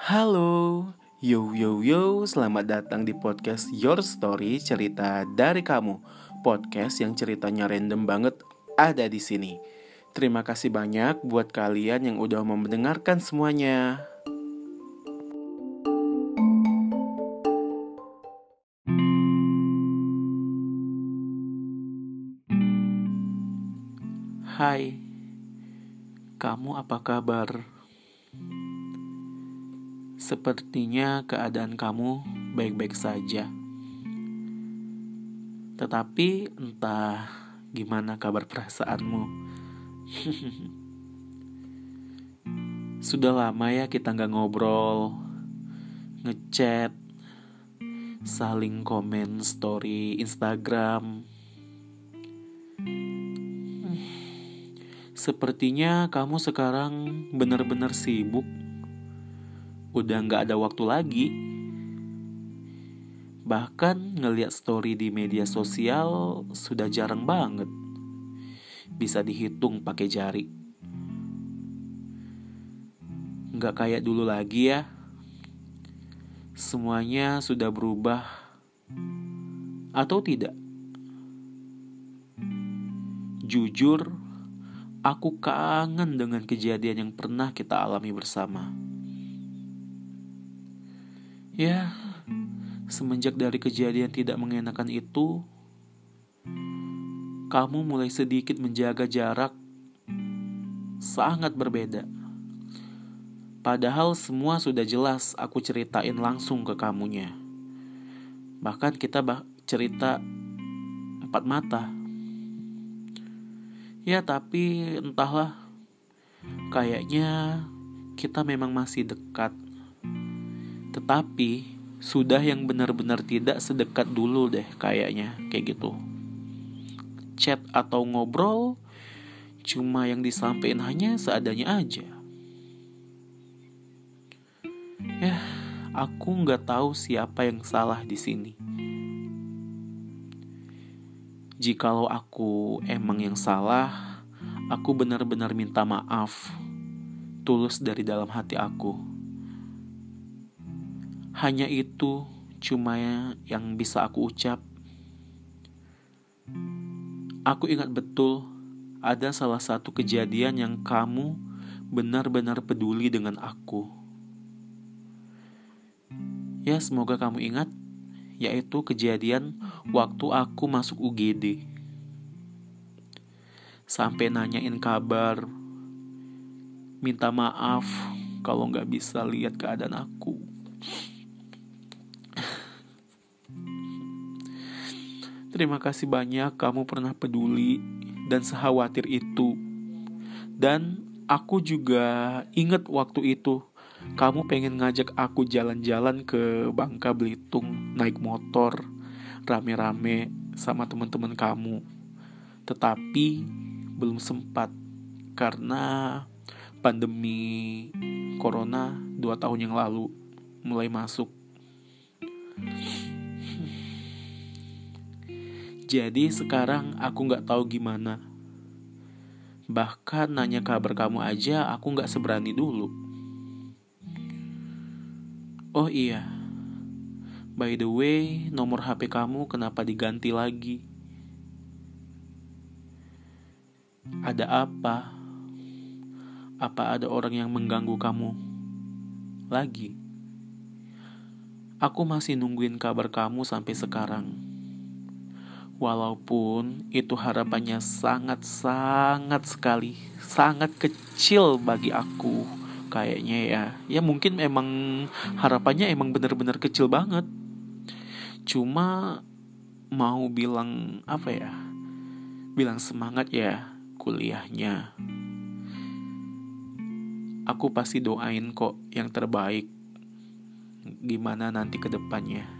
Halo, yo, selamat datang di podcast Your Story, cerita dari kamu. Podcast yang ceritanya random banget ada di sini. Terima kasih banyak buat kalian yang udah mau mendengarkan semuanya. Hai, kamu apa kabar? Sepertinya keadaan kamu baik-baik saja. Tetapi entah gimana kabar perasaanmu. Sudah lama ya kita gak ngobrol, ngechat, saling komen story Instagram. Sepertinya kamu sekarang benar-benar sibuk. Udah gak ada waktu lagi. Bahkan ngeliat story di media sosial sudah jarang banget. Bisa dihitung pakai jari. Gak kayak dulu lagi ya. Semuanya sudah berubah. Atau tidak? Jujur, aku kangen dengan kejadian yang pernah kita alami bersama. Ya, semenjak dari kejadian tidak mengenakan itu, kamu mulai sedikit menjaga jarak. Sangat berbeda. Padahal semua sudah jelas aku ceritain langsung ke kamunya. Bahkan kita cerita empat mata. Ya tapi entahlah, kayaknya kita memang masih dekat. Tetapi sudah yang benar-benar tidak sedekat dulu deh kayaknya, kayak gitu. Chat atau ngobrol cuma yang disampaikan hanya seadanya aja. Ya, aku nggak tahu siapa yang salah di sini. Jikalau aku emang yang salah, aku benar-benar minta maaf, tulus dari dalam hati aku. Hanya itu cuma yang bisa aku ucap. Aku ingat betul ada salah satu kejadian yang kamu benar-benar peduli dengan aku. Ya, semoga kamu ingat, yaitu kejadian waktu aku masuk UGD. Sampai nanyain kabar, minta maaf kalau gak bisa lihat keadaan aku. Terima kasih banyak kamu pernah peduli dan sekhawatir itu. Dan aku juga ingat waktu itu kamu pengen ngajak aku jalan-jalan ke Bangka Belitung, naik motor rame-rame sama teman-teman kamu. Tetapi belum sempat karena pandemi corona 2 tahun yang lalu mulai masuk. Jadi sekarang aku gak tahu gimana. Bahkan nanya kabar kamu aja aku gak seberani dulu. Oh iya, by the way, nomor HP kamu kenapa diganti lagi? Ada apa? Apa ada orang yang mengganggu kamu lagi? Aku masih nungguin kabar kamu sampai sekarang. Walaupun itu harapannya sangat sekali, sangat kecil bagi aku. Kayaknya ya mungkin emang harapannya emang benar-benar kecil banget. Cuma mau bilang apa ya? Bilang semangat ya kuliahnya. Aku pasti doain kok yang terbaik. Gimana nanti ke depannya.